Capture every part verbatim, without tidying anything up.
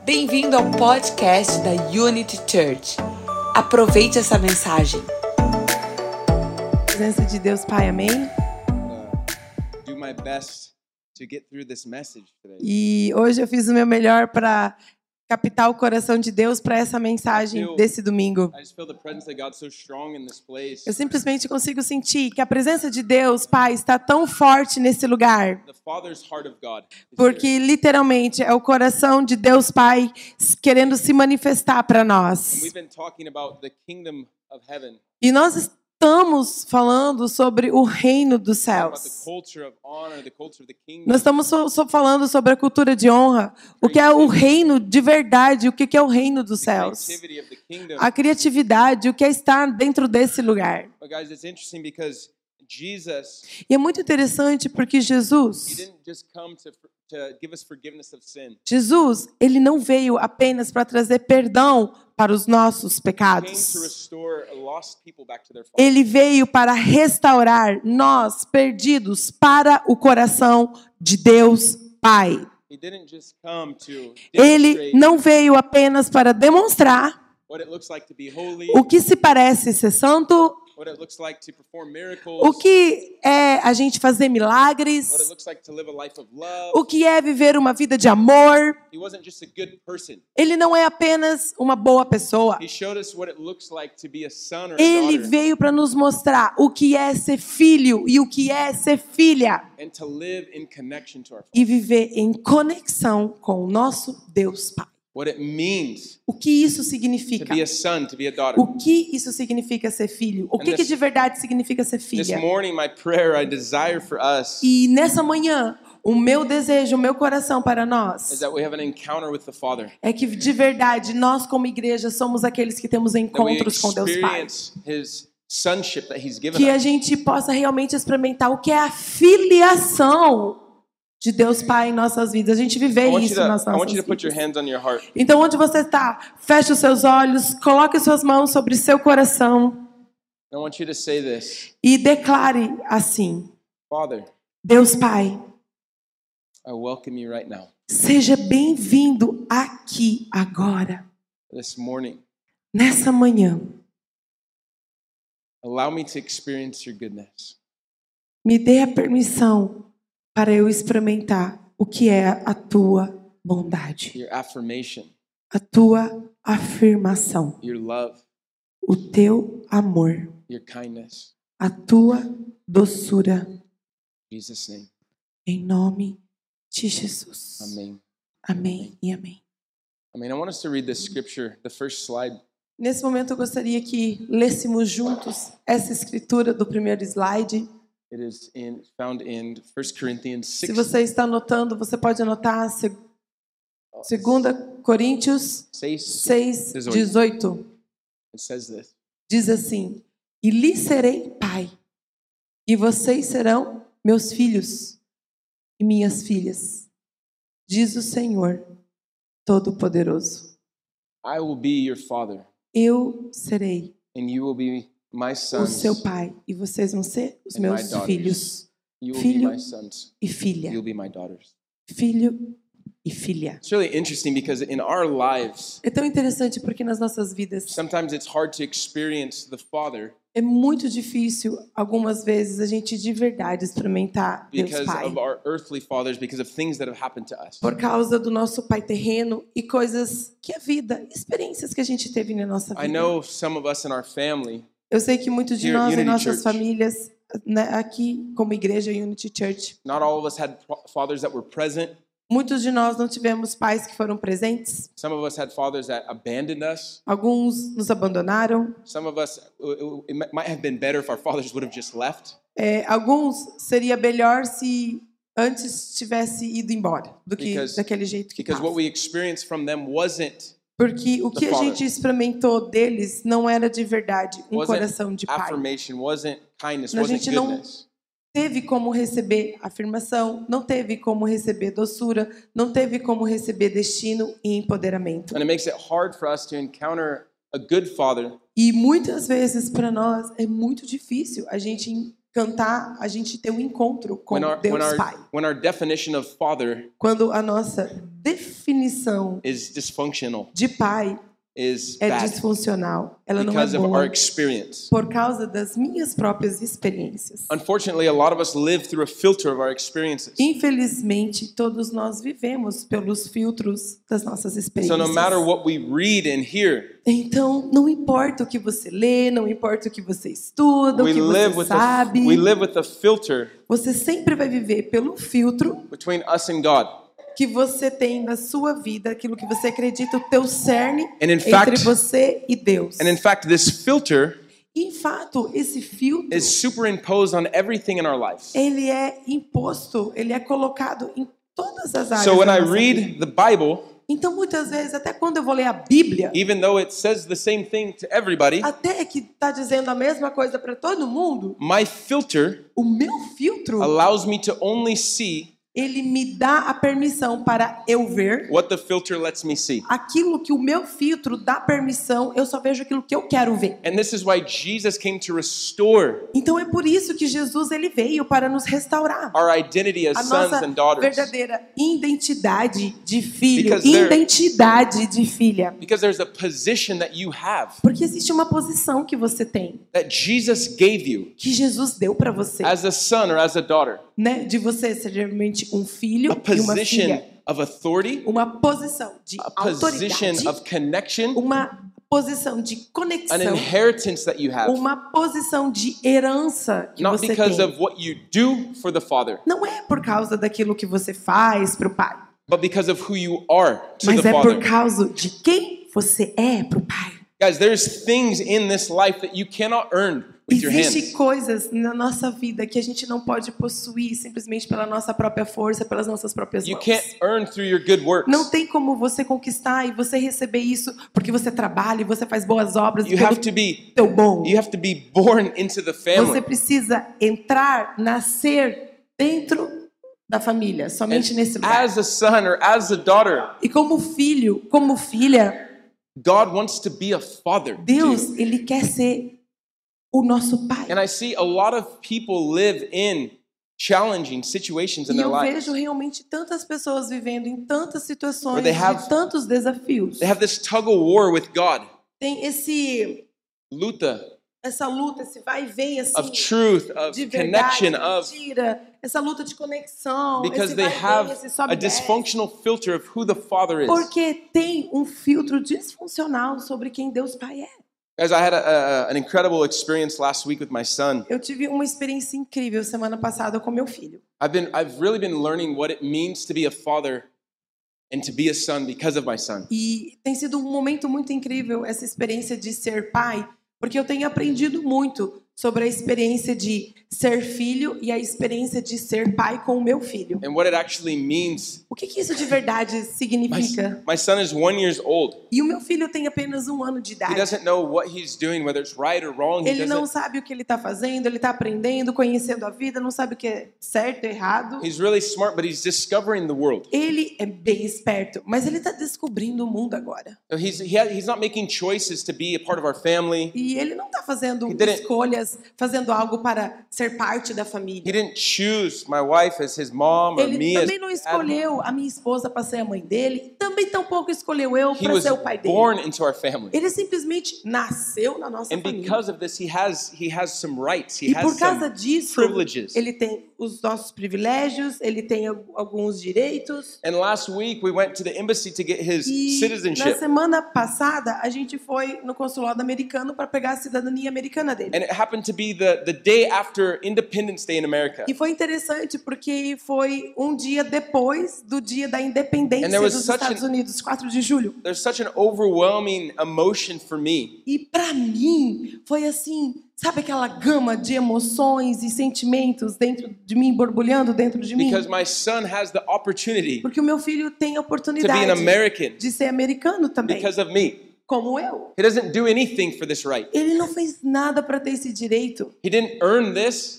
Bem-vindo ao podcast da Unity Church. Aproveite essa mensagem. Presença de Deus, Pai, amém? uh, do my best to get through this message today. E hoje eu fiz o meu melhor para captar o coração de Deus para essa mensagem desse domingo. I just feel the presence of God so strong in this place. Eu simplesmente consigo sentir que a presença de Deus, Pai, está tão forte nesse lugar. The Father's heart of God is Porque here. literalmente é o coração de Deus, Pai, querendo se manifestar para And nós. we've been talking about the kingdom of heaven, E nós estamos falando sobre o reino dos about the céus. culture of honor, the culture of the kingdom. Nós estamos so, so falando sobre a cultura de honra, o que é o reino de verdade, o que que é o reino dos the céus. creativity of the kingdom. A criatividade, o que é estar dentro desse lugar. But guys, it's interesting because Jesus, E é muito interessante porque he Jesus, didn't just come to to give us forgiveness of sin. Jesus, ele não veio apenas para trazer perdão para os nossos He came to pecados. restore lost people back to their Father. Ele veio para restaurar nós perdidos para o coração de Deus Pai. He didn't just come to Ele demonstrate não veio apenas para demonstrar what it looks like to be holy, o que se parece ser santo, what it looks like to perform miracles, o que é a gente fazer what it milagres, looks like to live a life of love. o que é viver uma vida de amor. He wasn't just a good person. Ele não é apenas uma boa pessoa. He showed us what it looks like to be a son or a Ele daughter veio para nos mostrar o que é ser filho e o que é ser filha and to live in connection to our e Father. viver em conexão com o nosso Deus Pai. What it means O que isso to significa? be a son, to be a daughter. O que isso significa ser filho? O que, And que this- de verdade significa ser This filha? morning, my prayer, I desire for us E nessa manhã, o meu desejo, o meu coração para is nós that we have an encounter with the Father. é que de verdade nós como igreja somos aqueles que temos That we encontros com Deus Pai. experience His sonship that He's given Que a us. gente possa realmente experimentar o que é a filiação de Deus Pai em nossas vidas. A gente I viver want you isso to, nas I want nossas you to put your vidas. hands on your heart. Então, onde você está, feche os seus olhos, coloque suas mãos sobre seu coração I want you to say this. e declare assim: Father, Deus Pai, I welcome you right now, seja bem-vindo aqui agora, this morning. nessa manhã. Allow me to experience your goodness. Me dê a permissão para eu experimentar o que é a tua bondade, Your affirmation, a tua afirmação, your love, o teu amor, your kindness. a tua doçura, In Jesus' name. em nome de Jesus. Amen. Amém e amém. I mean, I want us to read this scripture, the first slide. Nesse momento eu gostaria que lêssemos juntos essa escritura do primeiro slide. It is in, found in First Corinthians Se six, você está anotando, você pode anotar se- segunda Coríntios six. seis, dezoito. It says this. Diz assim: E lhe serei pai, e vocês serão meus filhos e minhas filhas, diz o Senhor Todo-Poderoso. I will be your father, Eu serei and you will be my o sons. seu pai, e vocês vão ser os And my meus daughters. filhos You will filho be my sons. e filha. You'll be my daughters. Filho e filha. It's really interesting because in our lives, É tão interessante porque nas nossas vidas sometimes it's hard to experience the Father é muito difícil, algumas vezes, a gente de verdade experimentar Deus because Pai. of our earthly fathers, because of things that have happened to us. Por causa do nosso pai terreno e coisas que a vida, experiências que a gente teve na nossa vida. I know some of us in our family, Eu sei que muitos de Here, nós em Unity nossas Church. famílias, né, aqui como igreja Unity Church, not all of us had fa- fathers that were present. muitos de nós não tivemos pais que foram presentes. Some of us had fathers that abandoned us. Alguns nos abandonaram. Some of us, it it might have been better if our fathers would have just left. É, alguns seria melhor se antes tivesse ido embora do que Because- daquele jeito que Because estava. what we experienced from them wasn't Porque o the que a father. gente experimentou deles não era de verdade um wasn't coração de pai. affirmation, wasn't kindness, A wasn't gente não goodness. teve como receber afirmação, não teve como receber doçura, não teve como receber destino e empoderamento. And it makes it hard for us to encounter a good father E muitas vezes para nós é muito difícil a gente cantar, a gente ter um encontro com When our, Deus when, Pai. our, when our definition of father Quando a nossa definição is dysfunctional, de pai is é bad disfuncional, ela não é because of our boa experience. por causa das minhas próprias experiências. Unfortunately, a lot of us live through a filter of our experiences. Infelizmente, todos nós vivemos pelos filtros das nossas So experiências. no matter what we read and hear, Então, não importa o que você lê, não importa o que você estuda, we o que live você with a, sabe, we live with a filter você sempre vai viver pelo filtro between us and God. que você tem na sua vida, aquilo que você acredita, o teu cerne And in entre fact- você e Deus. And in fact, this filter Em fato, esse filtro, is superimposed on everything in our lives. ele é imposto, ele é colocado em todas as áreas So when da I nossa vida. read the Bible, Então, muitas vezes, até quando eu vou ler a Bíblia, even though it says the same thing to everybody, até que está dizendo a mesma coisa para todo mundo, my filter o meu filtro, allows me to only see ele me dá a permissão para eu ver what the filter lets me see. aquilo que o meu filtro dá permissão, eu só vejo aquilo que eu quero ver. And this is why Jesus came to restore Então é por isso que Jesus ele veio para nos restaurar our identity as a sons nossa and daughters. verdadeira identidade de filho, Because there- identidade de filha. Because there's a position that you have Porque existe uma posição que você tem, that Jesus gave you que Jesus deu para você, as a son or as a daughter. né? De você ser realmente um filho A e uma position filha, of authority, uma posição de a position autoridade, of connection, uma posição de an conexão, inheritance that you have. uma posição de herança que Not você because tem. of what you do for the Father, Não é por causa daquilo que você faz para o pai, but because of who you are to mas the é por Father. causa de quem você é para o pai. Guys, there's things in this life that you cannot earn with your Existem hands. coisas na nossa vida que a gente não pode possuir simplesmente pela nossa própria força, pelas nossas próprias You mãos. can't earn through your good works. Não tem como você conquistar e você receber isso porque você trabalha e você faz boas obras e You pelo have to be teu bom. you have to be born into the Você family. precisa entrar, nascer dentro da família, somente nesse lugar. As a son or as a daughter, E como filho, como filha, God wants to be a father to Deus, you. ele quer ser o nosso pai. And I see a lot of people live in challenging situations in E their eu lives. vejo realmente tantas pessoas vivendo em tantas situações, Where they have- de tantos desafios. They have this tug of war with God, Tem esse luta essa luta, esse vai e vem assim, of truth, of de verdade, connection, of mentira, essa luta de conexão, because esse they vai e vem, have esse sobe a e desce. dysfunctional filter of who the Father is. Porque tem um filtro disfuncional sobre quem Deus Pai é. Guys, I had a, a, an incredible experience last week with my son. Eu tive uma experiência incrível semana passada com meu filho. I've been I've really been learning what it means to be a father and to be a son because of my son. E tem sido um momento muito incrível essa experiência de ser pai, porque eu tenho aprendido muito sobre a experiência de ser filho e a experiência de ser pai com o meu filho. And what it actually means. O que, que isso de verdade My, significa? my son is one years old. E o meu filho tem apenas um ano de He idade. doesn't know what he's doing, whether it's right or wrong. He Ele não doesn't. sabe o que ele está fazendo, ele está aprendendo, conhecendo a vida, não sabe o que é certo e errado. He's really smart, but he's discovering the world. Ele é bem esperto, mas ele está descobrindo o mundo agora. So He's he ha- he's not making choices to be a part of our family. E ele não está fazendo He didn't- escolhas, fazendo algo para ser parte da He família. didn't choose my wife as his mom or Ele me as também não his dad. escolheu a minha esposa para ser a mãe dele, também tampouco escolheu eu He para was ser o pai dele. born into our family. Ele simplesmente nasceu na nossa And família. because of this, he has he has some rights. He E has por causa some disso, privileges. ele tem os nossos privilégios, ele tem al- alguns direitos. And last week we went to the embassy to get his E na citizenship. semana passada, a gente foi no consulado americano para pegar a cidadania americana dele. And it happened to be the, the day after Independence Day in America. E foi interessante porque foi um dia depois do dia da independência And there was dos such Estados an- Unidos, quatro de julho. There's such an overwhelming emotion for me E para mim foi assim, sabe aquela gama de emoções e sentimentos dentro de mim, borbulhando dentro de mim? because my son has the opportunity Porque o meu filho tem a to be an oportunidade American de ser americano também, because of me. como eu. He doesn't do anything for this right. Ele não fez nada para ter esse direito. He didn't earn this.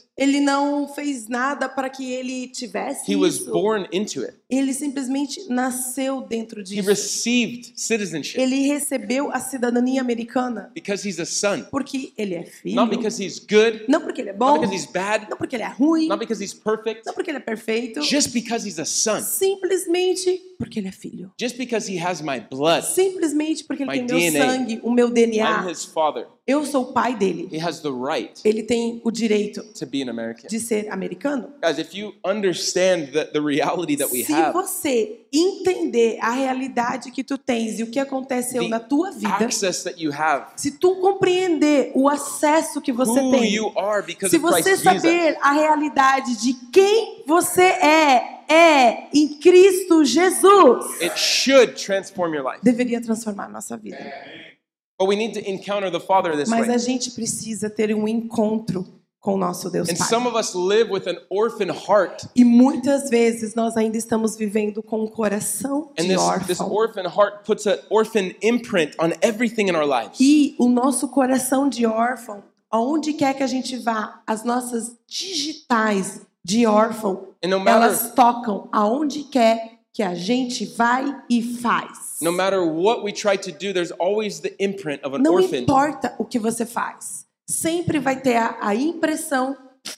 Ele não fez nada para que ele tivesse He was isso. born into it. Ele simplesmente nasceu dentro He disso. received citizenship Ele recebeu a cidadania americana because he's a son. porque ele é filho. Not because he's good, Não porque ele é not bom, because he's bad, não porque ele é ruim, not because he's perfect, não porque ele é perfeito, just because he's a son. simplesmente porque ele é filho. Just because he has my blood. Simplesmente porque ele My tem meu D N A. sangue, o meu D N I'm A. his father. Eu sou o pai dele. He has the right Ele tem o direito to be an American. de ser americano. Guys, if you understand the, the reality that we Se have, você entender a realidade que tu tens e o que aconteceu the na tua vida, access that you have, se tu compreender o acesso que você who tem, you are because se of Christ você Jesus, saber a realidade de quem você é, é em Cristo Jesus, it should transform your life. deveria transformar a nossa vida. But we need to encounter the Father this Mas way. a gente precisa ter um encontro com o nosso Deus And Pai. some of us live with an orphan heart. E muitas vezes nós ainda estamos vivendo com um coração And de this, this órfão. orphan heart puts an orphan imprint on everything in our lives. E o nosso coração de órfão, aonde quer que a gente vá, as nossas digitais de órfão, And no matter, elas tocam aonde quer que a gente vai e faz. no matter what we try to do, there's always the imprint of an Não orphan. importa o que você faz, sempre vai ter a, a impressão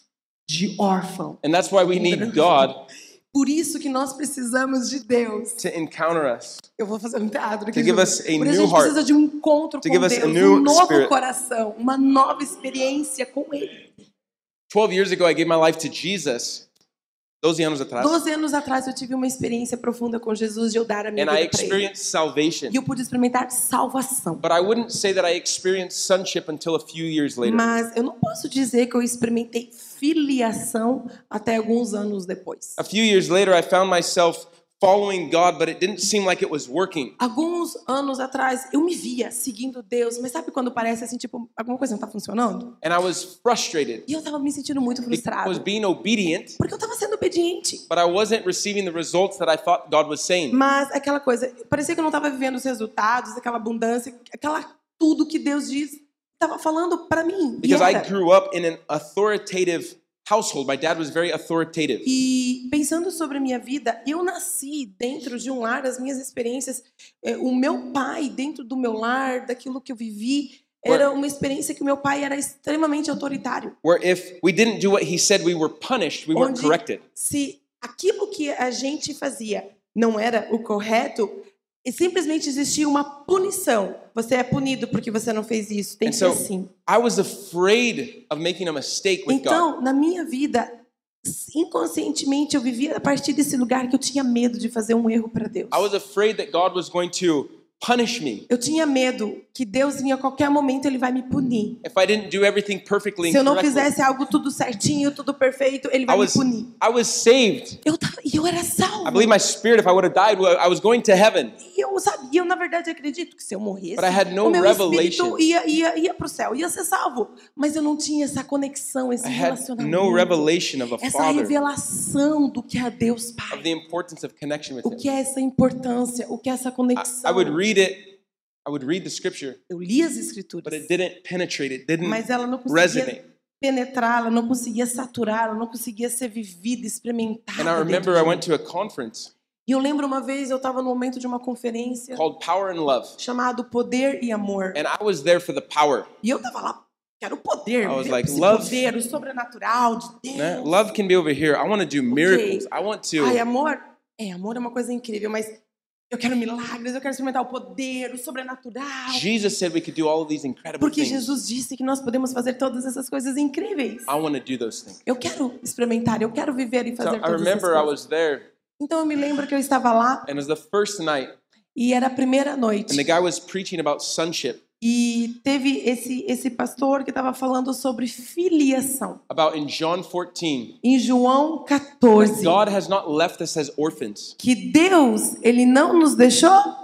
de órfão. And that's why we need God Por isso que nós precisamos de Deus. to encounter us. Eu vou fazer um teatro aqui. To give Ju. us a Por isso a new gente heart. precisa de um encontro To com give us Deus, a new um novo spirit. coração, uma nova experiência com Ele. Twelve years ago, I gave my life to Jesus. doze anos atrás. Doze anos atrás eu tive uma experiência profunda com Jesus de eu dar a minha And I vida para Ele. experienced salvation. E eu pude experimentar salvação. But I wouldn't say that I experienced sonship until a few years later. Mas eu não posso dizer que eu experimentei filiação até alguns anos depois. A few years later, I found myself following God, but it didn't seem like it was working. Alguns anos atrás eu me via seguindo Deus, mas sabe quando parece assim, tipo, alguma coisa não está funcionando? And I was frustrated E eu estava me sentindo muito because I frustrado. was being obedient, Porque eu estava sendo obediente. but I wasn't receiving the results that I thought God was saying. Mas aquela coisa, parecia que eu não estava vivendo os resultados, aquela abundância, aquela tudo que Deus diz, estava falando para mim. E, Because I era. grew up in an authoritative household. My dad was very authoritative. E pensando sobre a minha vida, eu nasci dentro de um lar, as minhas experiências, eh, o meu pai dentro do meu lar, daquilo que eu vivi, era uma experiência que o meu pai era extremamente autoritário. Where if we didn't do what he said, we were punished, we weren't Onde corrected. se aquilo que a gente fazia não era o correto, e simplesmente existia uma punição. Você é punido porque você não fez isso. Tem And que ser so assim. I was afraid of making a mistake with God. Então, na minha vida, inconscientemente, eu vivia a partir desse lugar que eu tinha medo de fazer um erro para Deus. I was afraid that God was going to punish me Eu tinha medo que Deus, em qualquer momento, Ele vai me punir. if I didn't do everything perfectly Se eu and não correctly. fizesse algo tudo certinho, tudo perfeito, Ele I vai me was, punir. I was saved. Eu tava, e eu era salvo. I believe my spirit, if I would have died, I was going to heaven. E eu sabia, eu na verdade acredito que se eu morresse, But I had no o meu revelation. espírito ia, ia, ia para o céu, ia ser salvo. Mas eu não tinha essa conexão, esse I had relacionamento. no revelation of a essa father, revelação do que é Deus Pai. of the importance of connection with O que him. é essa importância, o que é essa I, conexão. I would read it, I would read the scripture, Eu li as but escrituras, it didn't penetrate, it didn't mas ela não conseguia resonate. penetrar, ela não conseguia saturar, ela não conseguia ser vivida, experimentada. And I dentro remember de I mim. went to a conference E eu lembro uma vez, eu estava no momento de uma conferência called Power and Love. chamado Poder e Amor. And I was there for the power. E eu estava lá, quero o poder, I was ver like, esse love- poder, o sobrenatural de Deus. né? Love can be over here. I want to do miracles. I want to. Ai, amor, é, amor é uma coisa incrível, mas eu quero milagres, eu quero experimentar o poder, o sobrenatural. Jesus said we could do all of these incredible Porque things. Jesus disse que nós podemos fazer todas essas coisas incríveis. I want to do those things. Eu quero experimentar, eu quero viver e So fazer I todas essas remember I coisas. was there, Então eu me lembro que eu estava lá and it was the first night, e era a primeira noite. and the guy was preaching about sonship, E teve esse, esse pastor que estava falando sobre filiação. about in John fourteen. Em João quatorze. God has not left us as orphans. Que Deus, Ele não nos deixou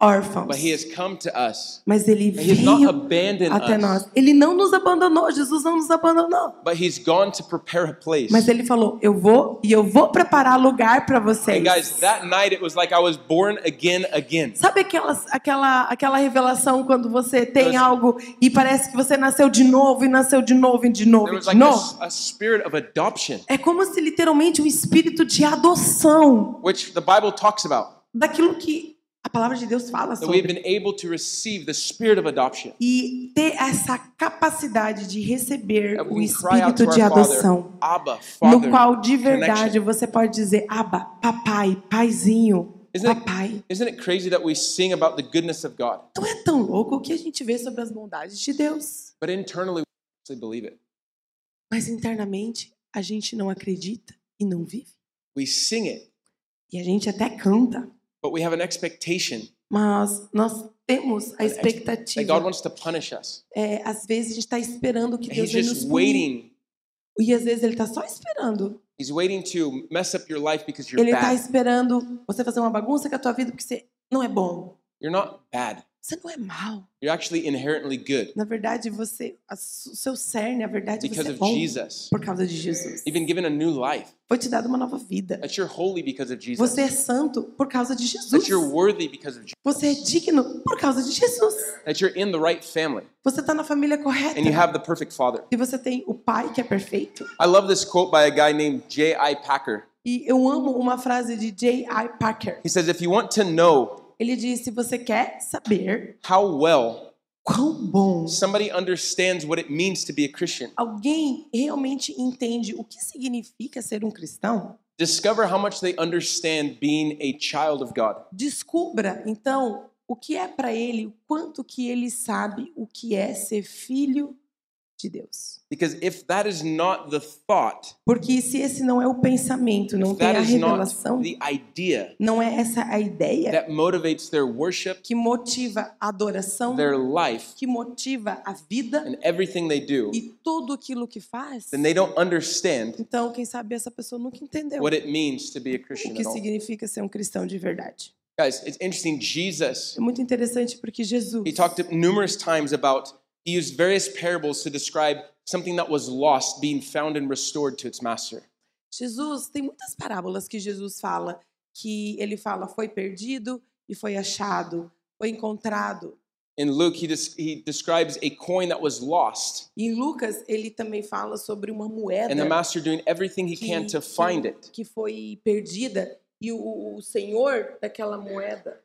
órfãos. but he has come to us. Mas ele And he has not veio abandoned até us, nós. Ele não nos abandonou, Jesus não nos abandonou. but he's gone to prepare a place. Mas ele falou, eu vou e eu vou preparar lugar para vocês. And guys, that night it was like I was born again, again. Sabe aquela, aquela, aquela revelação quando você tem There was- algo e parece que você nasceu de novo e nasceu de novo e de novo There e was de like novo? a, a spirit of adoption, É como se literalmente um espírito de adoção which the Bible talks about. daquilo que a palavra de Deus fala That we've sobre. been able to receive the spirit of adoption. E ter essa capacidade de receber That o we can cry out to espírito our de Father, adoção. Abba, No Father. qual de verdade connection. você pode dizer, Abba, papai, paizinho, Isn't it, papai. isn't it crazy that we sing about the goodness of God, Não é tão louco o que a gente vê sobre as bondades de Deus. but internally we actually believe it? Mas internamente a gente não acredita e não vive. We sing it, E a gente até canta, but we have an expectation mas nós temos a that God expectativa. wants to punish us. É, às vezes a gente está esperando que And Deus he's venha nos just punir. waiting. E às vezes ele está só esperando. He's waiting to mess up your life because you're Ele está bad. esperando você fazer uma bagunça com a tua vida porque você não é bom. You're not bad. Você não é mal. You're actually inherently good Na verdade, você, a- o seu cerne, na verdade, because você é of bom Jesus. por causa de Jesus. You've been given a new life. Foi te dada uma nova vida. That you're holy because of Jesus. Você é santo por causa de Jesus. That you're worthy because of Jesus. Você é digno por causa de Jesus. That you're in the right family. Você está na família correta. And you have the perfect father. E você tem o pai que é perfeito. I love this quote by a guy named J I Packer. E eu amo uma frase de J I Packer. He says, if you want to know Ele diz, se você quer saber how well quão bom somebody understands what it means to be a Christian, alguém realmente entende o que significa ser um cristão, discover how much they understand being a child of God. descubra, então, o que é para ele, o quanto que ele sabe o que é ser filho de Deus. Because if that is not the thought, Porque se esse não é o pensamento, não if tem that a is not revelação, the idea não é essa a ideia that motivates their worship, que motiva a adoração, their life, que motiva a vida and everything they do, e tudo aquilo que faz, then they don't understand então, quem sabe essa pessoa nunca entendeu what it means to be a o Christian que at all. significa ser um cristão de verdade. Guys, it's interesting. Jesus, É muito interessante porque Jesus, he talked numerous times about, he used various parables to describe something that was lost being found and restored to its master. Jesus, tem muitas parábolas que Jesus fala, que ele fala foi perdido e foi achado, foi encontrado. In Luke, he, des- he describes a coin that was lost, E em Lucas, ele também fala sobre uma moeda and the master doing everything he can to find it. que foi perdida e o, o senhor daquela moeda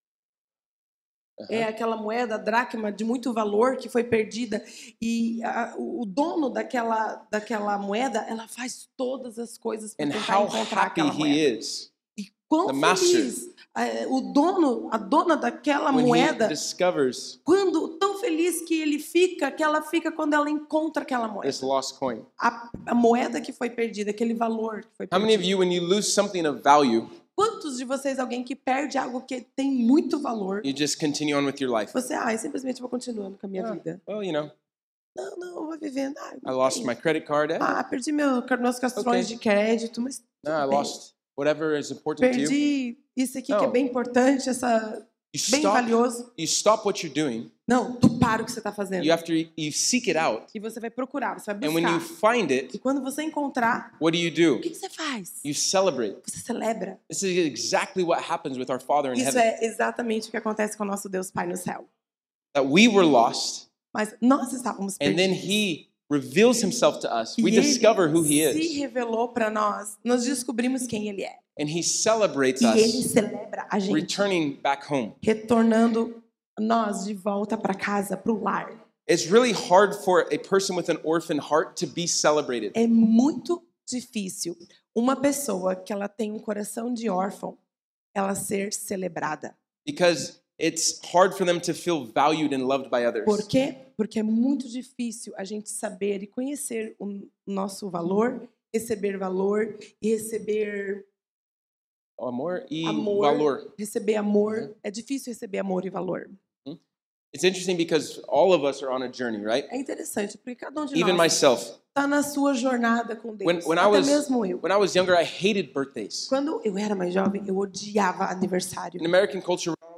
é aquela moeda dracma de muito valor que foi perdida e a, o o dono daquela daquela moeda, ela faz todas as coisas para And tentar how encontrar happy aquela he moeda. is E quão the master, feliz é, o dono, a dona daquela when he moeda, discovers quando tão feliz que ele fica, que ela fica quando ela encontra aquela moeda. this lost coin. A, a moeda que foi perdida, aquele valor que foi How many of perdido. you, when you lose something of value, Quantos de vocês, alguém que perde algo que tem muito valor, you just continue on with your life? você, ah, eu simplesmente vou continuando com a minha Ah, vida. well, you know, Não, não, eu vou vivendo. Ah, I lost my credit card. Eh? ah perdi meu, meus cartões Okay. de crédito, mas No, I tudo bem. lost whatever is important to you. Perdi isso aqui que é Não. bem importante, essa You bem stop, valioso. you stop what you're doing. Não, tu para o que você está fazendo. You have to, you seek it out. E você vai procurar, você vai And when you buscar. find it, E quando você encontrar, what do you o do? que, que você faz? You celebrate. Você celebra. This is exactly what happens with our Father in Isso heaven. é exatamente o que acontece com o nosso Deus Pai no céu. That we were lost, Mas nós estávamos and then perdidos. He reveals Himself to us. We E ele discover who He se is. revelou para nós. Nós descobrimos quem Ele é. And He celebrates E Ele us celebra a gente, returning back home. retornando nós de volta para casa, para o lar. It's really hard for a person with an orphan heart to be celebrated. É muito difícil uma pessoa que ela tem um coração de órfão, ela ser celebrada. Because it's hard for them to feel valued and loved by others. Por quê? Porque é muito difícil a gente saber e conhecer o nosso valor, receber valor e receber Amor e amor. valor. Receber amor. É difícil receber amor e valor. It's interesting because all of us are on a journey, right? É interessante, porque cada um de Even nós myself. está na sua jornada com Deus. When, when I Até was mesmo eu. when I was younger, I hated birthdays. Quando eu era mais jovem, eu odiava aniversário. In American culture, we're always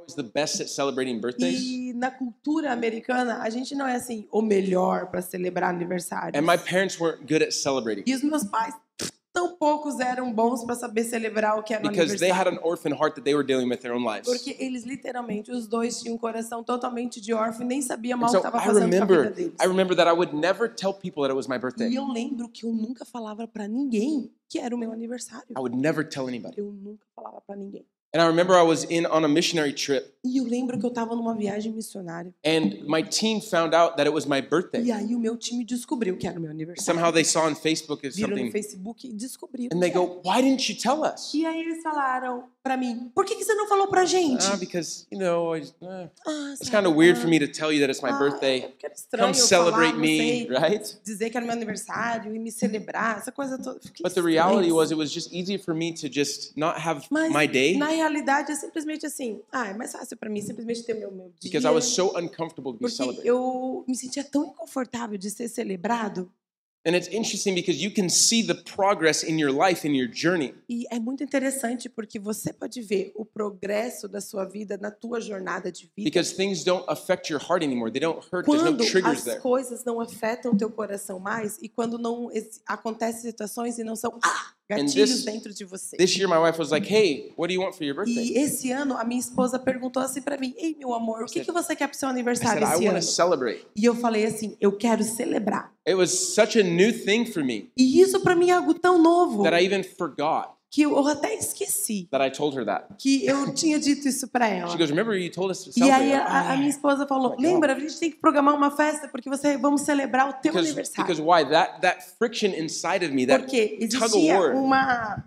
is the best at celebrating birthdays. E na cultura americana, a gente não é assim o melhor para celebrar aniversários. And my parents weren't good at celebrating. E os meus pais tão poucos eram bons para saber celebrar o que era o Because they had aniversário. an orphan heart that they were dealing with their own lives. Porque eles literalmente, os dois tinham um coração totalmente de órfão e nem sabia And mal o so que estava I fazendo com a vida remember, deles. I remember that I would never tell people that it was my birthday. E eu lembro que eu nunca falava para ninguém que era o meu aniversário. I would never tell anybody. Eu nunca falava para ninguém. And I remember I was in on a missionary trip, E eu lembro que eu estava numa viagem missionária. and my team found out that it was my E birthday. aí o meu time descobriu que era o meu aniversário. Somehow they saw on Facebook as Viram no something, Facebook e descobriram. and they que era. go, "Why didn't you tell us?" E aí eles falaram pra mim, por que, que você não falou pra gente? Ah, because you know, I, uh, Ah, it's sabe, kind of weird ah, for me to tell you that it's my ah, birthday. é porque era estranho Come eu celebrate falar, me, você right? dizer que era meu aniversário e me celebrar, essa coisa toda. Fiquei But the estranho. reality was, it was just easier for me to just not have Mas my day na realidade é simplesmente assim, ah, é mais fácil pra mim simplesmente ter meu meu dia. because I was so uncomfortable to be Porque celebrated. eu me sentia tão inconfortável de ser celebrado. And it's interesting because you can see the progress in your life, in your journey. E é muito interessante porque você pode ver o progresso da sua vida na tua jornada de vida. Because things don't affect your heart anymore. They don't hurt. There's no Quando triggers as there. coisas não afetam o teu coração mais e quando não ex- acontecem situações e não são ah, gatilhos this- dentro de você. This year, my wife was like, "Hey, what do you want for your E birthday?" esse ano a minha esposa perguntou assim pra mim: "Ei, meu amor, o que que você quer pro seu I aniversário said, "I esse want ano?" to celebrate." E eu falei assim: "Eu quero celebrar." It was such a new thing for me E isso pra mim é algo tão novo that I even forgot que eu até esqueci that I told her that. que eu tinha dito isso pra ela. She goes, "Remember you told us to E aí celebrate?" a, a minha esposa falou: Legal. "Lembra, a gente tem que programar uma festa porque você vamos celebrar o teu Because, aniversário." because why? That that friction inside of me, that Porque tug of existia war uma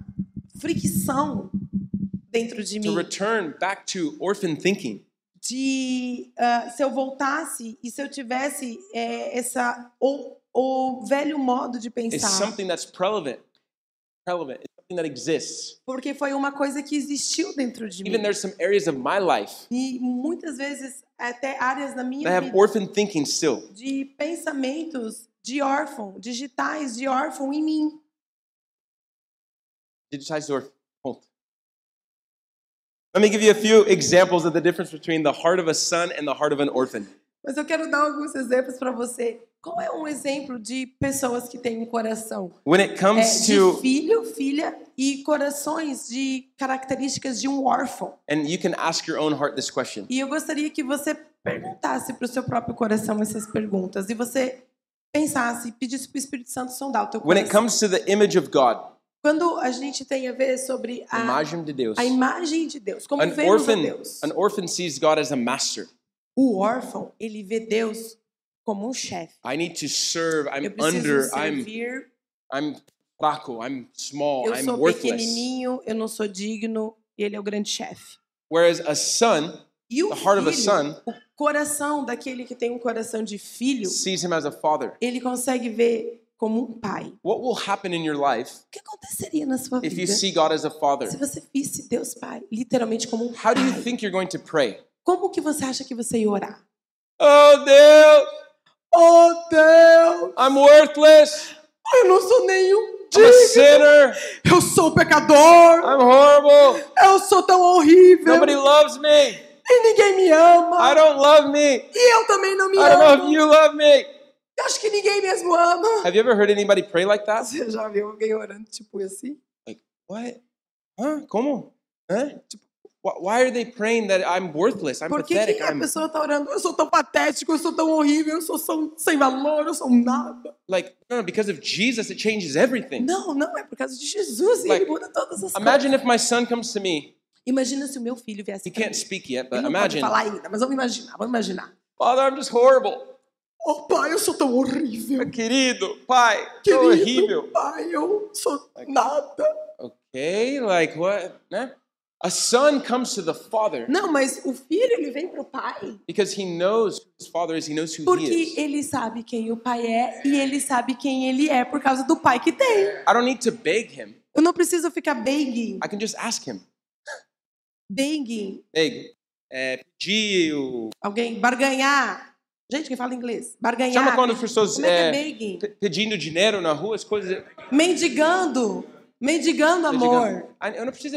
fricção dentro de to mim return back to orphan thinking. de ah, se eu voltasse e se eu tivesse eh, essa o, o velho modo de It's pensar, something that's prevalent. Prevalent. It's something that exists. porque foi uma coisa que existiu dentro de Even mim. there's some areas of my life E muitas vezes até áreas da minha that have vida orphan thinking still. de pensamentos de órfão, digitais de órfão em mim. Digitized orphan. Ponto. Let me give you a few examples of the difference between the heart of a son and the heart of an orphan. Mas eu quero dar alguns exemplos para você. Qual é um exemplo de pessoas que têm um coração When it é, comes de to, filho, filha e corações de características de um órfão? and you can ask your own heart this question. E eu gostaria que você perguntasse para o seu próprio coração essas perguntas e você pensasse, pedisse para o Espírito Santo sondar o teu When it coração. comes to the image of God, Quando a gente tem a ver sobre a a, imagem de Deus, a imagem de Deus, como an vemos a orphan, Deus. an orphan sees God as a master. O órfão, ele vê Deus como um chefe. I need to serve. I'm Eu preciso under. I'm servir. I'm fraco. I'm small. Eu I'm sou worthless. pequenininho, eu não sou digno, e ele é o grande chefe. Whereas a son E o The heart of a filho, son o coração daquele que tem um coração de filho, sees him as a father. ele consegue ver como um pai. What will happen in your life O que aconteceria na sua if you vida see God as a father? se você visse Deus Pai, literalmente como um How do you pai? think you're going to pray? Como que você acha que você ia orar? Oh, Deus, Oh, Deus! I'm worthless. Eu não sou nenhum I'm a sinner. Eu sou pecador! I'm horrible. Eu sou tão horrível! Nobody loves me. E ninguém me ama! I don't love me. E eu também não me I don't know amo! if you love me. Eu acho que ninguém mesmo ama! Have you ever heard anybody pray like that? Você já viu alguém orando tipo assim? Like, what? Huh? Como? Huh? Wh- Why are they praying that I'm worthless? I'm Por que, pathetic. que a I'm pessoa tá orando? Eu sou tão patético, eu sou tão horrível, eu sou só- sem valor, eu sou um nada. like, no, no, because of Jesus, it changes everything. Não, não, é por causa de Jesus e Like, ele muda todas as Imagine coisas. if my son comes to me. Imagina se o meu filho viesse He pra can't mim. speak yet, Ele but não imagine, pode falar ainda, mas vamos imaginar, vamos imaginar. Father, I'm just horrible. Oh, pai, eu sou tão horrível. Querido, pai, tão Querido, horrível. pai, eu sou nada. Okay, like what? Né? A son comes to the father Não, mas o filho, ele vem pro pai because he knows who his father is. He knows who he porque is. ele sabe quem o pai é e ele sabe quem ele é por causa do pai que tem. I don't need to beg him. Eu não preciso ficar begging, I can just ask him. begging, Beg, é, pedir o... alguém, barganhar. Gente que fala inglês, barganhar. Chama quando as pessoas Como é que é é, begging? pe- pedindo dinheiro na rua, as coisas... Mendigando, mendigando amor. Ah, eu não preciso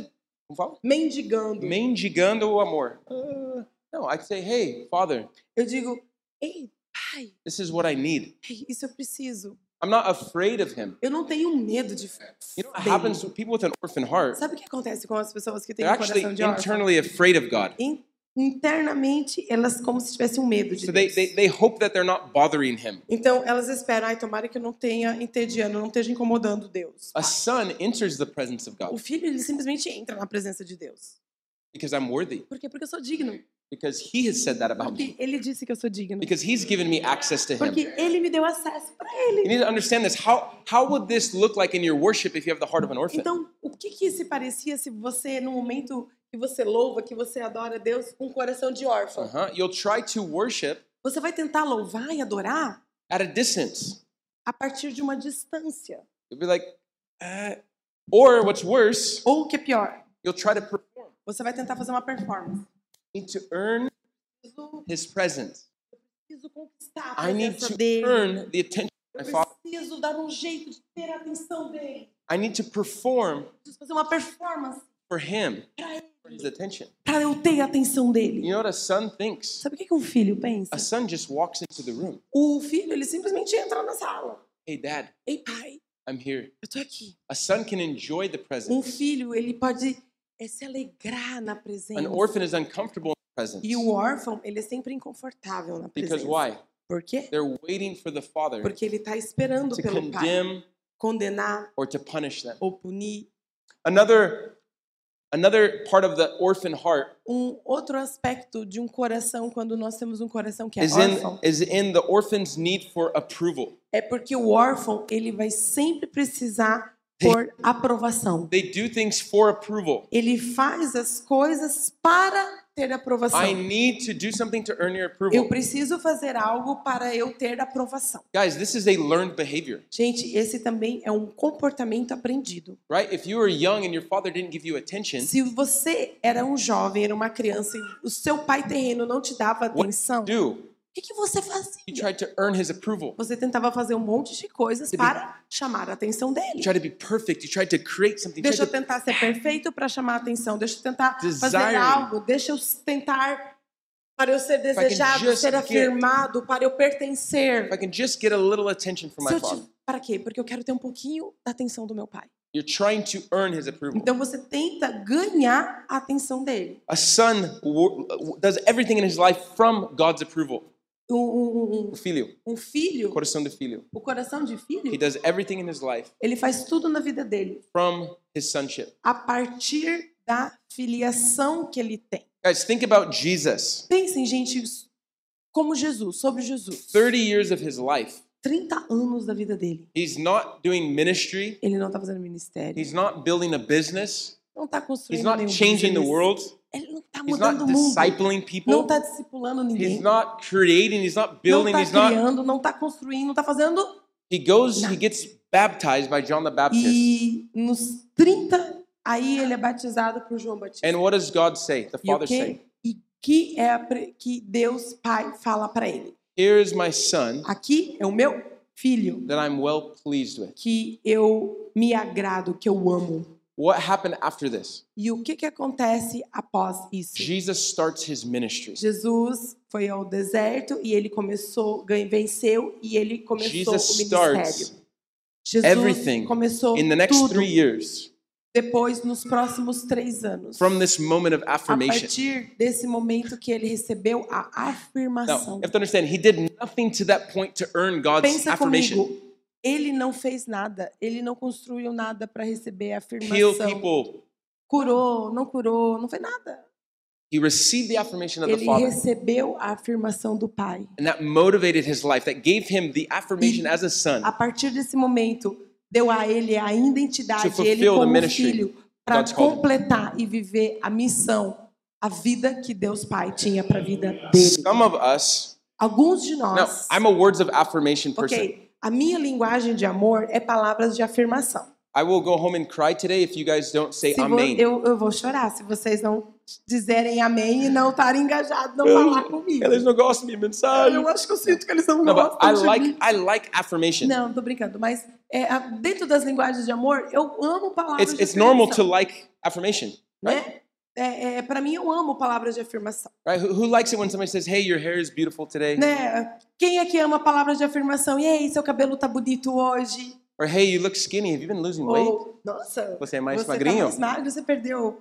Como fala? mendigando. Mendigando o amor. Uh, no, I'd say, hey, Father, Eu digo, ei, pai, this is what I need. ei, isso eu preciso. I'm not afraid of him. Eu não tenho medo de You know what dele. happens with people with an orphan heart? Sabe o que acontece com as pessoas que têm They're um actually coração de órfão? internally afraid of God. In- Internamente, elas como se tivessem um medo de So they, Deus. they, they hope that they're not bothering him. Então, elas esperam, ai, tomara que eu não tenha entediando, não esteja incomodando Deus. A son enters the presence of O God filho, ele simplesmente entra na presença de Deus. because I'm worthy. Por quê? Porque eu sou digno. Because he has said that about me. Porque ele disse que eu sou digno. Because he's given me access to him. Porque ele me deu acesso para You ele. need to understand this. How, how would this look like in your worship if you have the heart of an orphan? Então, o que que se parecia se você, no momento que você louva, que você adora Deus, com um coração de órfão? Uh-huh. You'll try to worship Você vai tentar louvar e adorar at a distance. a partir de uma distância. You'll be like, uh, or what's worse, Ou o que é pior, you'll try to perform. você vai tentar fazer uma performance. I need to earn Preciso, his presence. preciso conquistar a I need presença to dele. earn the attention of Eu my father. preciso dar um jeito de ter a atenção dele. I need to perform Preciso fazer uma performance for him, para for his ele, attention. para eu ter a atenção dele. You know what a son thinks? Sabe o que que um filho pensa? A son just walks into the room. O filho, ele simplesmente entra na sala. Hey, dad, Ei, pai, I'm here. eu tô aqui. A son can enjoy the Um presence. filho, ele pode é, se alegrar na presença. An orphan is uncomfortable in the presence. E o órfão, ele é sempre inconfortável na Because presença. why? Por quê? They're waiting for the father Porque ele está esperando to pelo pai condemn condenar or to punish them. ou punir. Another, another part of the orphan heart Um outro aspecto de um coração, quando nós temos um coração que é is in, órfão, is in the orphan's need for approval. é porque o órfão, ele vai sempre precisar por aprovação. They do things for approval. Ele faz as coisas para ter aprovação. I need to do something to earn your Eu approval. preciso fazer algo para eu ter aprovação. Guys, this is a learned behavior, Gente, esse também é um comportamento aprendido. right? If you were young and your father didn't give you attention, Se você era um jovem, era uma criança e o seu pai terreno não te dava what atenção, do you do? o que, que você fazia? You tried to earn his approval. Você tentava fazer um monte de coisas be- para chamar a atenção You dele. tried to be perfect. You tried to create something. You Deixa eu tried to, tentar ser perfeito para chamar a atenção. Deixa eu tentar fazer Desire. algo. Deixa eu tentar para eu ser desejado, just ser get- afirmado, para eu pertencer. if I can just get a little attention from Se my eu father. te... Para quê? Porque eu quero ter um pouquinho da atenção do meu pai. You're trying to earn his approval. Então você tenta ganhar a atenção dele. A son wo- does everything in his life from God's approval. Um, um- O filho, um- um filho, coração do filho. o coração de He filho, does everything in his life ele faz tudo na vida dele from his sonship. a partir da filiação que ele tem. Guys, think about Jesus. Pensem, gente, como Jesus, sobre Jesus. thirty years of his life. trinta anos da vida dele. He's not doing ministry. Ele não está fazendo ministério. He's not building a business. Não está He's construindo not nenhum changing the business. world. Ele não está He's mudando not o mundo. discipling Não people. está discipulando ninguém. He's not creating. He's not Não building. está He's not. criando, não está construindo, não está fazendo. He goes, Nada. he gets baptized by John the Baptist. E nos trinta, aí ele é batizado por João Batista. And what does God say? The E o Father say, que, e que é a pre- que Deus Pai fala para ele? "Here is my son Aqui é o meu filho, that I'm well pleased with." que eu me agrado, que eu amo. What happened after this? E o que, que acontece após isso? Jesus starts his ministry. Jesus foi ao deserto e ele começou, ganhou, venceu e ele começou Jesus o ministério. starts Jesus everything começou In the next tudo three years, depois nos próximos três anos. from this moment of A affirmation. partir desse momento que ele recebeu a Now, afirmação. you have to understand, he did nothing to that point to earn God's Pensa affirmation. comigo, ele não fez nada, ele não construiu nada para receber a Heal afirmação. people. Curou, não curou, não fez nada. He received the affirmation of the Ele Father. recebeu a afirmação do Pai. And that motivated his life, that gave him the affirmation as a son A partir desse momento, deu a ele a identidade, To ele fulfill the como ministry filho, para God's called him. completar e viver a missão, a vida que Deus Pai tinha para a vida dele. Some of us, Alguns de now, nós, I'm a words of affirmation person. ok, a minha linguagem de amor é palavras de afirmação. I will go home and cry today if you guys don't say Se vo- amen. eu, eu vou chorar se vocês não dizerem amém e não estarem engajados, não falar comigo. Eles não gostam de mensagem. Eu acho que eu sinto que eles não No, but gostam I de like mim. I like affirmation. Não, tô brincando, mas é, a- dentro das linguagens de amor, eu amo palavras It's de it's normal to afirmação. like affirmation. né? É, é, para mim, eu amo palavras de afirmação. Right? Who, who likes it when somebody says, "Hey, your hair is beautiful today," Né? Quem aqui ama palavras de afirmação? E aí, seu cabelo tá bonito hoje? or "Hey, you look skinny. Have you been losing weight?" Ou, nossa, Você é mais você magrinho? tá mais magro, você perdeu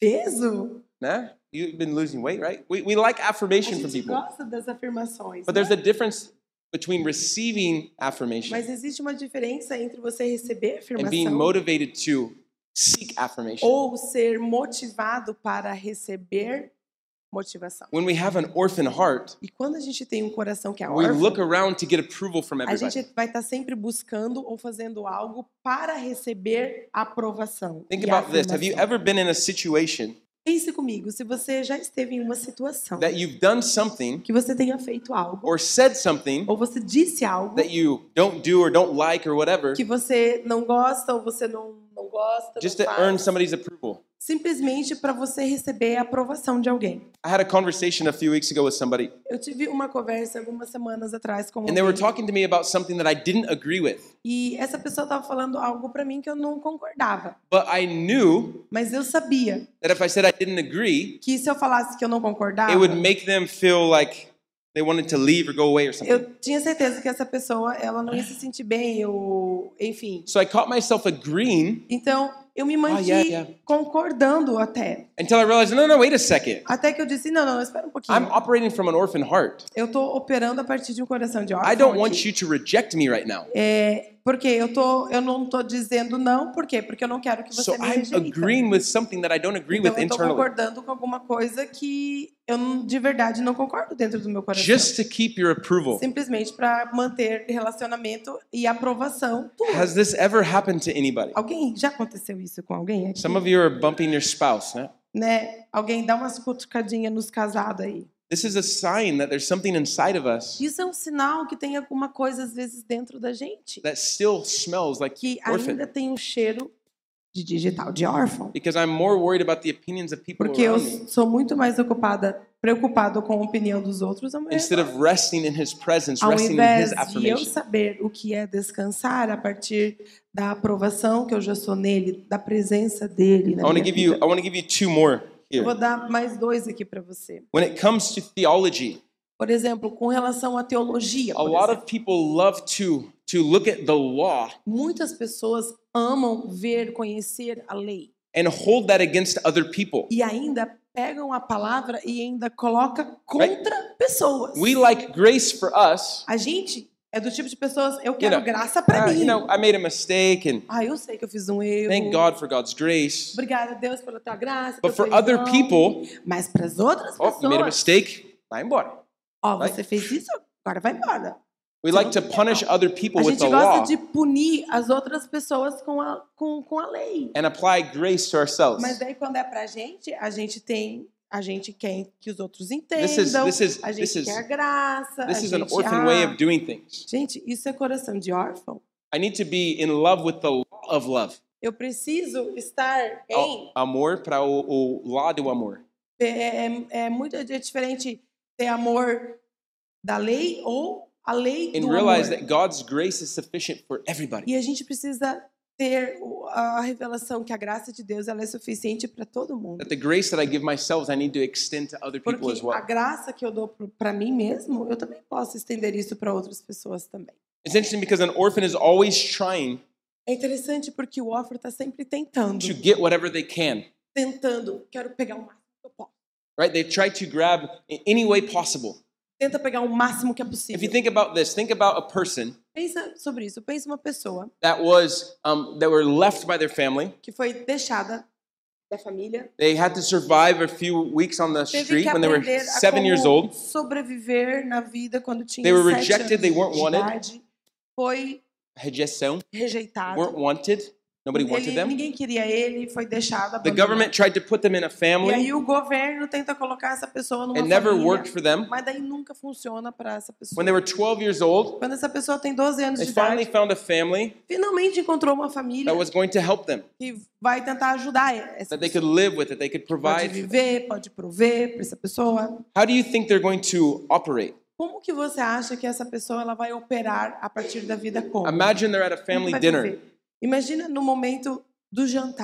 peso? Né? You've been losing weight, right? We we like A affirmation from gente people, gosta das afirmações, but né? there's a difference between receiving affirmation Mas existe uma diferença entre você receber and being afirmação motivated to seek affirmation. ou ser motivado para receber motivação. When we have an orphan heart, E quando a gente tem um coração que é we órfão, look around to get approval from a everybody. gente vai estar sempre buscando ou fazendo algo para receber aprovação. Think e about this. Have you afirmação. ever been in a situation Pense comigo, se você já esteve em uma situação that you've done something que você tenha feito algo, or said something ou você disse algo that you don't do or don't like or whatever que você não gosta ou você não, não gosta, just não to faz, earn somebody's approval? simplesmente para você receber a aprovação de alguém. I had a conversation a few weeks ago with somebody, Eu tive uma conversa algumas semanas atrás com and they were alguém, talking to me about something that I didn't agree with. e essa pessoa estava falando algo para mim que eu não concordava, But I knew mas eu sabia that if I said I didn't agree, que se eu falasse que eu não concordava, it would make them feel like they wanted to leave or go away or something. eu tinha certeza que essa pessoa ela não ia se sentir bem, ou enfim. So I caught myself agreeing Então eu me mantive yeah, yeah. concordando até, until I realized, no, no, wait a second. até que eu disse não, não, espera um pouquinho. I'm operating from an orphan heart. Eu estou operando a partir de um coração de órfão. I don't aqui. want you to reject me right now. É, porque eu tô, eu não estou dizendo não, por quê? Porque eu não quero que você So me I'm rejeita. agreeing with something that I don't agree Então with eu estou internally, concordando com alguma coisa que eu não- de verdade não concordo dentro do meu coração. just to keep your approval. Simplesmente para manter relacionamento e aprovação tua. Has this ever happened to anybody? Alguém já aconteceu isso com alguém aqui? Some of you are bumping your spouse, né? Né? Alguém dá umas cutucadinhas nos casados aí. This is a sign that there's something inside of us Isso é um sinal que tem alguma coisa às vezes dentro da gente that still smells like que orphan. ainda tem um cheiro de digital, de órfão. Because I'm more worried about the opinions of people Porque eu around me sou muito mais ocupada, preocupado com a opinião dos outros ao meu instead redor. of resting in His presence, Ao resting in invés His de eu affirmation. saber o que é descansar a partir da aprovação que eu já sou nele, da presença dele na I want to minha give you. vida. I want to give you two more Eu vou here. dar mais dois aqui para você. When it comes to theology, Por exemplo, com relação à teologia, a por lot exemplo. of people love to to look at the law Muitas pessoas amam ver, conhecer a lei. and hold that against other people. E ainda pegam a palavra e ainda coloca contra pessoas. We like grace for us. A gente é do tipo de pessoas, eu quero know, graça para Uh, mim. you know, I made a mistake, and Ah, eu sei que eu fiz um erro. thank God for God's grace. Obrigada, Deus, pela tua graça. But pelo for other perdão. people, Mas para as outras oh, you made a pessoas, mistake, vai embora. ó, right? você fez isso, agora vai embora. We like to punish other people A with gente the gosta law de punir as outras pessoas com a, com, com a lei. and apply grace to ourselves. Mas daí quando é pra gente, a gente tem, a gente quer que os outros entendam, This is- this is- a this gente is- quer a graça, This a is an gente, orphan ah, way of doing things. gente, isso é coração de órfão. I need to be in love with the law of love. Eu preciso estar O- em, amor para o, o lá do amor. é, é, é muito é diferente ter amor da lei ou a lei And do realize amor. that God's grace is sufficient for everybody. E a gente precisa ter o- a revelação que a graça de Deus ela é suficiente para todo mundo. That the grace that I give myself, I need to extend to other people Porque as well. a graça que eu dou para mim mesmo, eu também posso estender isso para outras pessoas também. It's interesting because an orphan is always trying É interessante porque o órfão está sempre tentando, to get whatever they can, tentando, quero pegar o máximo que eu posso. right? They try to grab in any way possible. Tenta pegar o máximo que é If you possível. think about this, think about a person Pensa sobre isso. Pensa uma pessoa that was um, that were left by their family. que foi deixada da família, They had to survive a few weeks on the teve street que when they were aprender a seven years como old. sobreviver na vida quando tinha They were sete rejected, anos they weren't de wanted. idade, foi Rejeição, rejeitado. weren't wanted. Nobody wanted Ele, them. ninguém queria ele, foi deixado, The abandonado. government tried to put them in a E family. aí o governo tenta colocar essa pessoa numa It never família, worked for them. mas daí nunca funciona para essa pessoa. When they were twelve years old, Quando essa pessoa tem doze anos they de finally idade, found a family finalmente encontrou uma família that was going to help them, que vai tentar ajudar essa that they pessoa. could live with, that they could Pode provide. viver, pode prover para essa pessoa. How do you think they're going to operate? Como que você acha que essa pessoa ela vai operar a partir da vida como? Imagine they're at a Como que family vai dinner viver? Imagina no momento do jantar.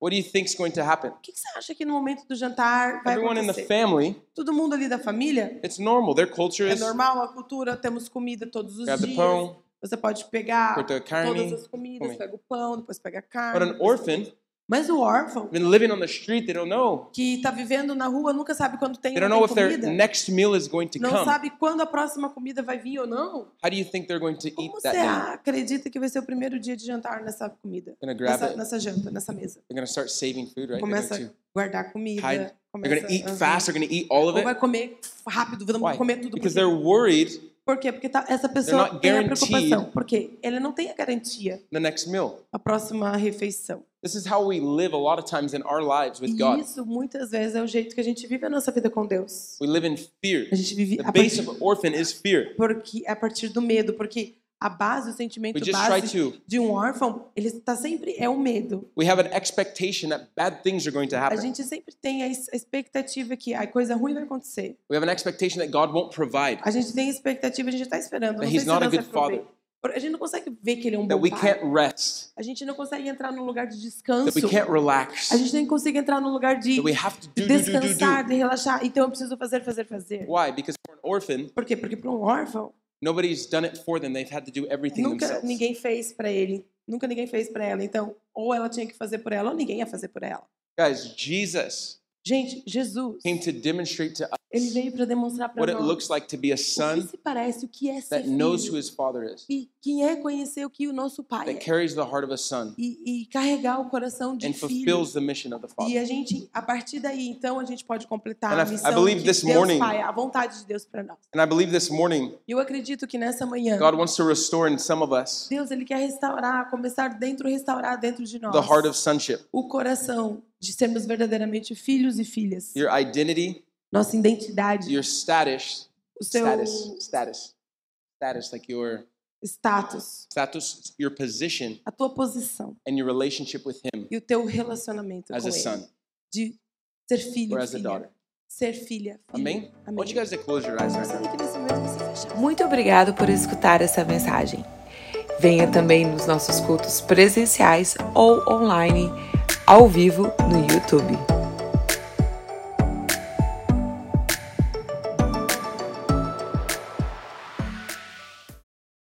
What do you think's going to happen? O que que você acha que no momento do jantar vai Everyone in the acontecer? family, Todo mundo ali da família, it's normal. Their culture é is normal, a cultura, temos comida todos os grab the dias. pão, Você pode pegar corta a carne, todas as comidas, come. pega o pão, depois pega a carne. But an depois- orphan, Mas o órfão, been living on the street, they don't know. que está vivendo na rua, nunca sabe quando tem They ou don't não know tem if their comida. next meal is going to Não come. sabe quando a próxima comida vai vir ou não. How do you think they're going to eat Como that você day? acredita que vai ser o primeiro dia de jantar nessa comida? Gonna grab Nessa, it. nessa janta, nessa mesa. They're going to start saving food, right? They're going Começa to a guardar comida. hide. They're Começa, going to eat aham. fast. They're going to eat all of Ou vai it. comer rápido, vamos Why? comer tudo. Because Por they're quê? worried Por quê? Porque tá- essa pessoa not tem a guaranteed preocupação. Por quê? Ele não tem a garantia the next meal. a próxima refeição. This is how we live a lot of times in our lives with E God. isso, muitas vezes, é o jeito que a gente vive a nossa vida com Deus. We live in fear. A gente vive The a base partir, of orphan is fear. porque, a partir do medo. Porque a base, o sentimento We just try base to. de um órfão, ele está sempre, é o medo. We have an expectation that bad things are going to A happen. gente sempre tem a es- a expectativa que a coisa ruim vai acontecer. We have an expectation that God won't provide. A gente tem a expectativa, a gente está esperando. That Não sei he's se not a Deus good vai prover. father. A gente não consegue ver que ele é um That bom we pai. can't rest. A gente não consegue entrar num lugar de That descanso. we can't relax. A gente nem consegue entrar num lugar de That we have to de do, do, do, do, descansar, do. de relaxar. Então eu preciso fazer, fazer, fazer. Why? Because for an orphan, Por quê? Porque para um órfão, nobody's done it for them. They've had to do everything nunca themselves. ninguém fez para ele. Nunca ninguém fez para ela. Então, ou ela tinha que fazer por ela, ou ninguém ia fazer por ela. Guys, Jesus Gente, Jesus, came to demonstrate to ele us veio para demonstrar para what nós it looks like to be a o que son se parece, o que é ser that knows who filho. his father is, E quem é conhecer o que o nosso pai that é. carries the heart of a son, E, e carregar o coração de and filho. fulfills the mission of the E father. a gente, a partir daí, então, a gente pode completar And a I- I missão believe de this Deus morning- Pai, a vontade de Deus para nós. And I believe this morning, E eu acredito que nessa manhã, God wants to restore in some of us Deus ele quer restaurar, começar dentro, restaurar dentro de nós the heart of sonship, o coração de sermos verdadeiramente filhos e filhas. your identity, Nossa identidade, your status, o seu status, status, status, like your status, status, your position, a tua posição and your relationship with Him e o teu relacionamento as com a ele. son De ser filho or ou as a filha. daughter. Ser filha, filho. Amém? I Amém. want you guys to close your eyes right now. Gostaria que nesse momento você fechasse. Muito obrigado por escutar essa mensagem. Venha também nos nossos cultos presenciais ou online, ao vivo no YouTube.